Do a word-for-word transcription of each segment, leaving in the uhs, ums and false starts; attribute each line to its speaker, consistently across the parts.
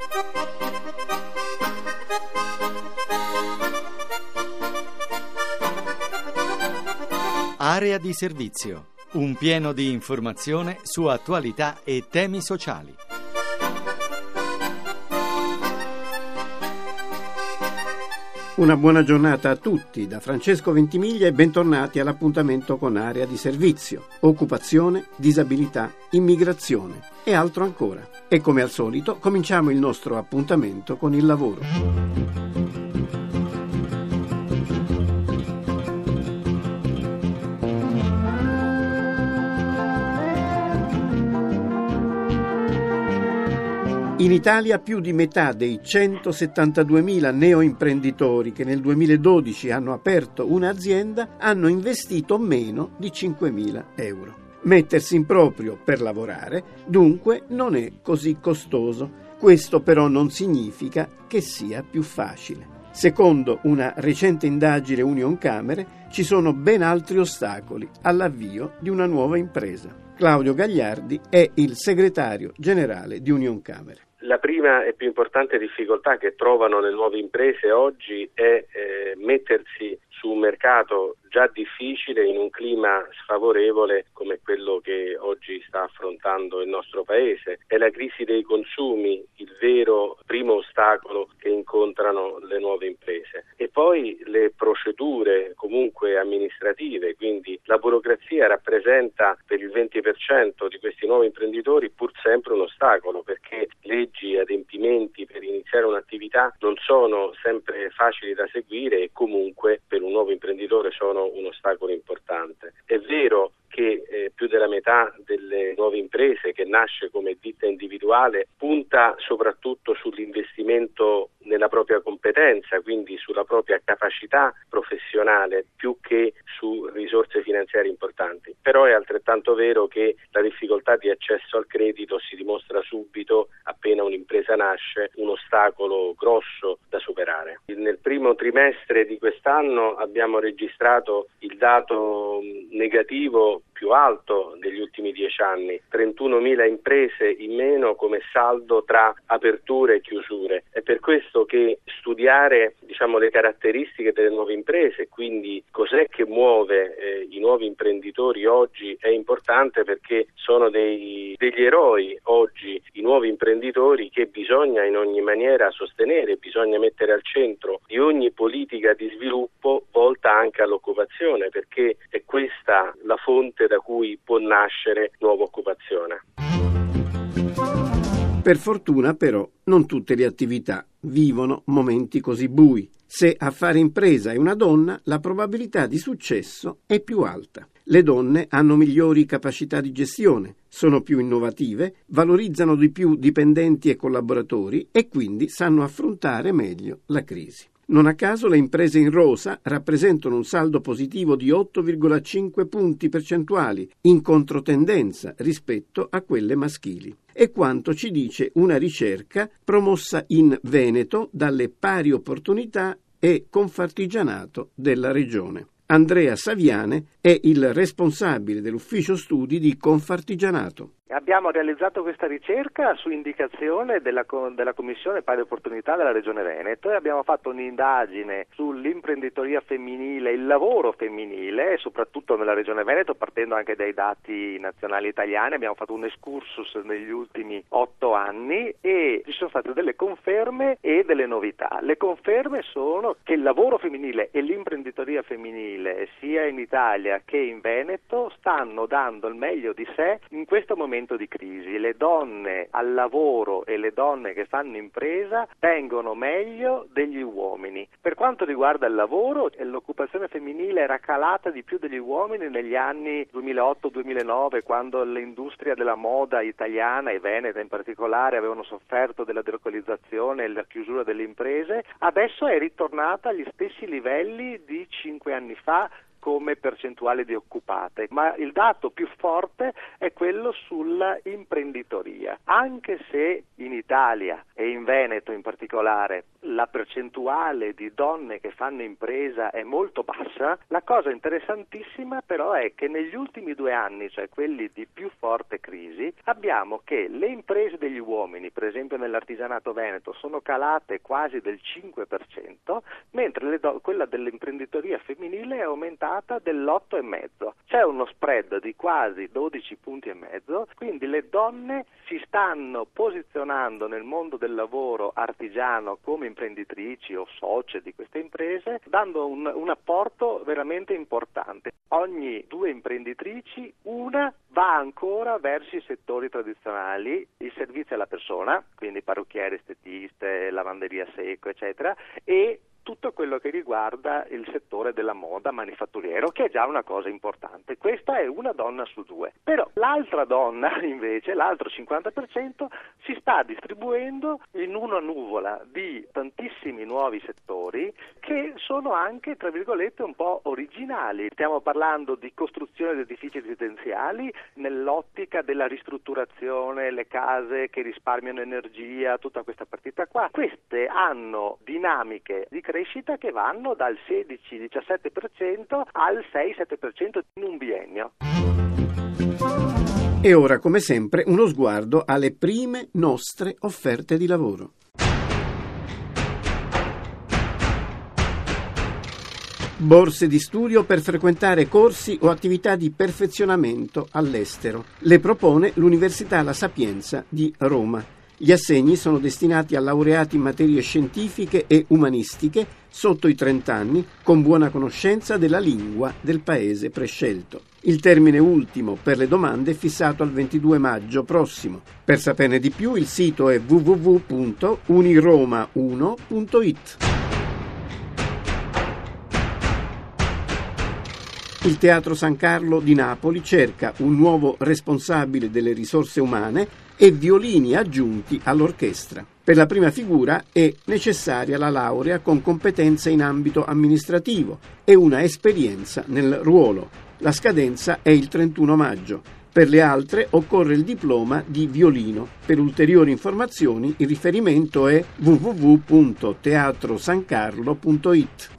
Speaker 1: Area di servizio, un pieno di informazione su attualità e temi sociali.
Speaker 2: Una buona giornata a tutti da Francesco Ventimiglia e bentornati all'appuntamento con Area di servizio, occupazione, disabilità, immigrazione e altro ancora. E come al solito cominciamo il nostro appuntamento con il lavoro. In Italia più di metà dei centosettantaduemila neoimprenditori che nel duemiladodici hanno aperto un'azienda hanno investito meno di cinquemila euro. Mettersi in proprio per lavorare, dunque, non è così costoso. Questo però non significa che sia più facile. Secondo una recente indagine Unioncamere, ci sono ben altri ostacoli all'avvio di una nuova impresa. Claudio Gagliardi è il segretario generale di Unioncamere.
Speaker 3: La prima e più importante difficoltà che trovano le nuove imprese oggi è eh, mettersi su un mercato già difficile in un clima sfavorevole come quello che oggi sta affrontando il nostro paese. È la crisi dei consumi il vero primo ostacolo che incontrano le nuove imprese. E poi le procedure comunque amministrative, quindi la burocrazia rappresenta per il venti per cento di questi nuovi imprenditori pur sempre un ostacolo, perché leggi e adempimenti per iniziare un'attività non sono sempre facili da seguire e comunque per un nuovo imprenditore sono un ostacolo importante. È vero che eh, più della metà delle nuove imprese che nasce come ditta individuale punta soprattutto sull'investimento nella propria competenza, quindi sulla propria capacità professionale più che su risorse finanziarie importanti. Però è altrettanto vero che la difficoltà di accesso al credito si dimostra subito appena un'impresa nasce un ostacolo grosso da superare. Nel primo trimestre di quest'anno abbiamo registrato il dato negativo più alto degli ultimi dieci anni, trentunomila imprese in meno come saldo tra aperture e chiusure. È per questo che studiare diciamo le caratteristiche delle nuove imprese, quindi cos'è che muove eh, i nuovi imprenditori oggi, è importante, perché sono dei, degli eroi oggi i nuovi imprenditori che bisogna in ogni maniera sostenere, bisogna mettere al centro di ogni politica di sviluppo volta anche all'occupazione, perché è questa la fonte da cui può nascere nuova occupazione.
Speaker 2: Per fortuna però non tutte le attività vivono momenti così bui. Se a fare impresa è una donna, la probabilità di successo è più alta. Le donne hanno migliori capacità di gestione, sono più innovative, valorizzano di più dipendenti e collaboratori e quindi sanno affrontare meglio la crisi. Non a caso le imprese in rosa rappresentano un saldo positivo di otto virgola cinque punti percentuali, in controtendenza rispetto a quelle maschili. È quanto ci dice una ricerca promossa in Veneto dalle Pari Opportunità e Confartigianato della regione. Andrea Saviane è il responsabile dell'ufficio studi di Confartigianato.
Speaker 4: Abbiamo realizzato questa ricerca su indicazione della, della Commissione Pari Opportunità della Regione Veneto e abbiamo fatto un'indagine sull'imprenditoria femminile, il lavoro femminile, soprattutto nella Regione Veneto, partendo anche dai dati nazionali italiani. Abbiamo fatto un excursus negli ultimi otto anni e ci sono state delle conferme e delle novità. Le conferme sono che il lavoro femminile e l'imprenditoria femminile, sia in Italia che in Veneto, stanno dando il meglio di sé in questo momento di crisi. Le donne al lavoro e le donne che fanno impresa tengono meglio degli uomini. Per quanto riguarda il lavoro, l'occupazione femminile era calata di più degli uomini negli anni duemilaotto duemilanove, quando l'industria della moda italiana e veneta in particolare avevano sofferto della delocalizzazione e la chiusura delle imprese. Adesso è ritornata agli stessi livelli di cinque anni fa, come percentuale di occupate, ma il dato più forte è quello sulla imprenditoria. Anche se in Italia e in Veneto in particolare la percentuale di donne che fanno impresa è molto bassa, la cosa interessantissima però è che negli ultimi due anni, cioè quelli di più forte crisi, abbiamo che le imprese degli uomini, per esempio nell'artigianato veneto, sono calate quasi del cinque per cento, mentre le do- quella dell'imprenditoria femminile è aumentata dell'otto virgola cinque. C'è uno spread di quasi dodici punti e mezzo, quindi le donne si stanno posizionando nel mondo del lavoro artigiano come imprenditrici o socie di queste imprese, dando un, un apporto veramente importante. Ogni due imprenditrici, una va ancora verso i settori tradizionali, il servizio alla persona, quindi parrucchiere, estetiste, lavanderia secco, eccetera, e tutto quello che riguarda il settore della moda manifatturiero, che è già una cosa importante. Questa è una donna su due. Però l'altra donna, invece, l'altro cinquanta per cento, si sta distribuendo in una nuvola di tantissimi nuovi settori che sono anche, tra virgolette, un po' originali. Stiamo parlando di costruzione di edifici residenziali nell'ottica della ristrutturazione, le case che risparmiano energia, tutta questa partita qua. Queste hanno dinamiche di crescita che vanno dal sedici diciassette per cento al sei sette per cento in un biennio.
Speaker 2: E ora, come sempre, uno sguardo alle prime nostre offerte di lavoro. Borse di studio per frequentare corsi o attività di perfezionamento all'estero. Le propone l'Università La Sapienza di Roma. Gli assegni sono destinati a laureati in materie scientifiche e umanistiche sotto i trenta anni con buona conoscenza della lingua del paese prescelto. Il termine ultimo per le domande è fissato al ventidue maggio prossimo. Per saperne di più il sito è w w w punto uniroma uno punto i t. Il Teatro San Carlo di Napoli cerca un nuovo responsabile delle risorse umane e violini aggiunti all'orchestra. Per la prima figura è necessaria la laurea con competenze in ambito amministrativo e una esperienza nel ruolo. La scadenza è il trentuno maggio. Per le altre occorre il diploma di violino. Per ulteriori informazioni il riferimento è w w w punto teatro san carlo punto i t.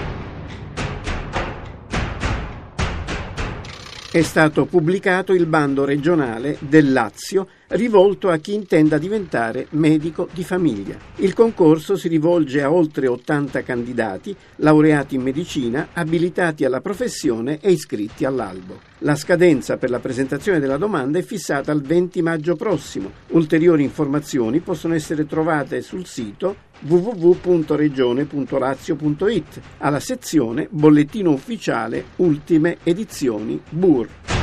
Speaker 2: È stato pubblicato il bando regionale del Lazio rivolto a chi intenda diventare medico di famiglia. Il concorso si rivolge a oltre ottanta candidati, laureati in medicina, abilitati alla professione e iscritti all'albo. La scadenza per la presentazione della domanda è fissata al venti maggio prossimo. Ulteriori informazioni possono essere trovate sul sito w w w punto regione punto lazio punto i t alla sezione Bollettino Ufficiale Ultime Edizioni B U R.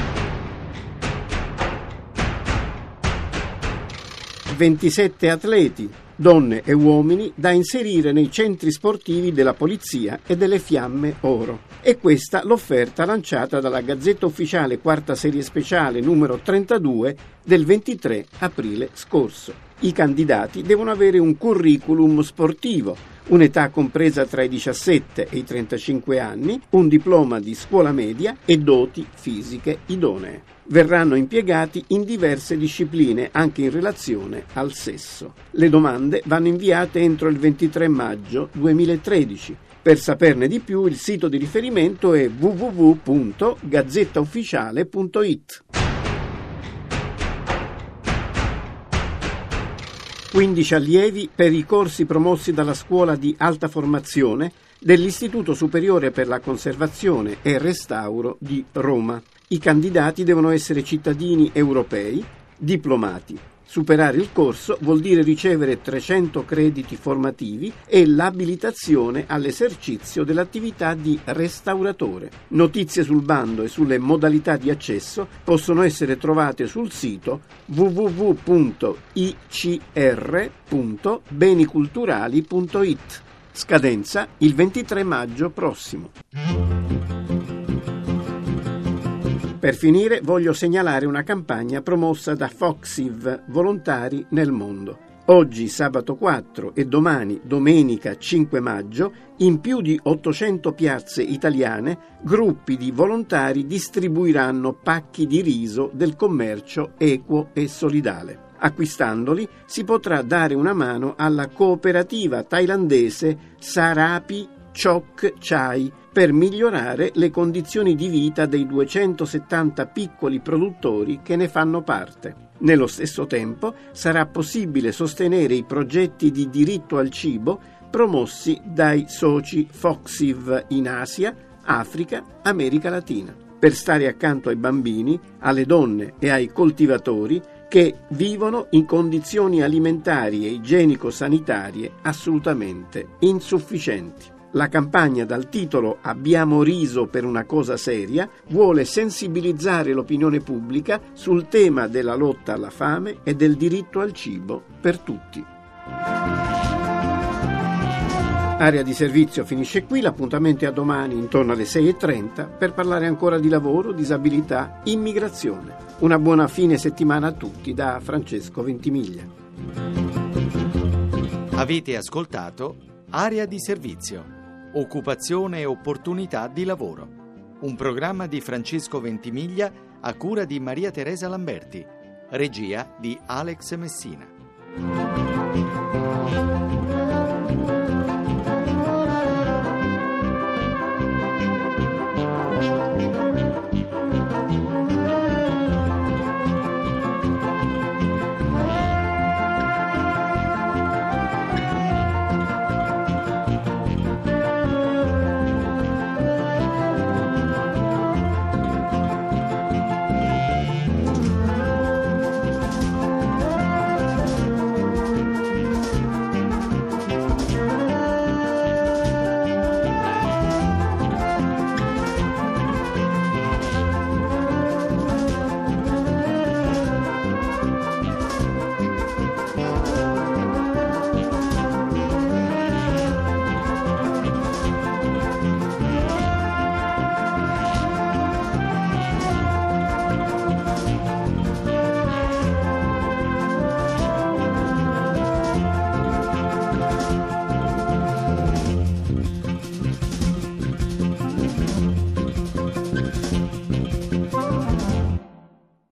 Speaker 2: ventisette atleti, donne e uomini, da inserire nei centri sportivi della Polizia e delle Fiamme Oro. E questa l'offerta lanciata dalla Gazzetta Ufficiale Quarta Serie Speciale numero trentadue del ventitré aprile scorso. I candidati devono avere un curriculum sportivo, un'età compresa tra i diciassette e i trentacinque anni, un diploma di scuola media e doti fisiche idonee. Verranno impiegati in diverse discipline, anche in relazione al sesso. Le domande vanno inviate entro il ventitré maggio duemilatredici. Per saperne di più il sito di riferimento è w w w punto gazzetta ufficiale punto i t. quindici allievi per i corsi promossi dalla Scuola di Alta Formazione dell'Istituto Superiore per la Conservazione e Restauro di Roma. I candidati devono essere cittadini europei, diplomati. Superare il corso vuol dire ricevere trecento crediti formativi e l'abilitazione all'esercizio dell'attività di restauratore. Notizie sul bando e sulle modalità di accesso possono essere trovate sul sito w w w punto i c r punto beniculturali punto i t. Scadenza il ventitré maggio prossimo. Per finire voglio segnalare una campagna promossa da Foxiv, Volontari nel Mondo. Oggi, sabato quattro, e domani, domenica cinque maggio, in più di ottocento piazze italiane, gruppi di volontari distribuiranno pacchi di riso del commercio equo e solidale. Acquistandoli si potrà dare una mano alla cooperativa thailandese Sarapi Chok Chai per migliorare le condizioni di vita dei duecentosettanta piccoli produttori che ne fanno parte. Nello stesso tempo sarà possibile sostenere i progetti di diritto al cibo promossi dai soci Foxiv in Asia, Africa, America Latina, per stare accanto ai bambini, alle donne e ai coltivatori che vivono in condizioni alimentari e igienico-sanitarie assolutamente insufficienti. La campagna dal titolo Abbiamo riso per una cosa seria vuole sensibilizzare l'opinione pubblica sul tema della lotta alla fame e del diritto al cibo per tutti. Area di servizio finisce qui, l'appuntamento è a domani intorno alle sei e trenta per parlare ancora di lavoro, disabilità, immigrazione. Una buona fine settimana a tutti da Francesco Ventimiglia.
Speaker 1: Avete ascoltato Area di servizio. Occupazione e opportunità di lavoro. Un programma di Francesco Ventimiglia a cura di Maria Teresa Lamberti. Regia di Alex Messina.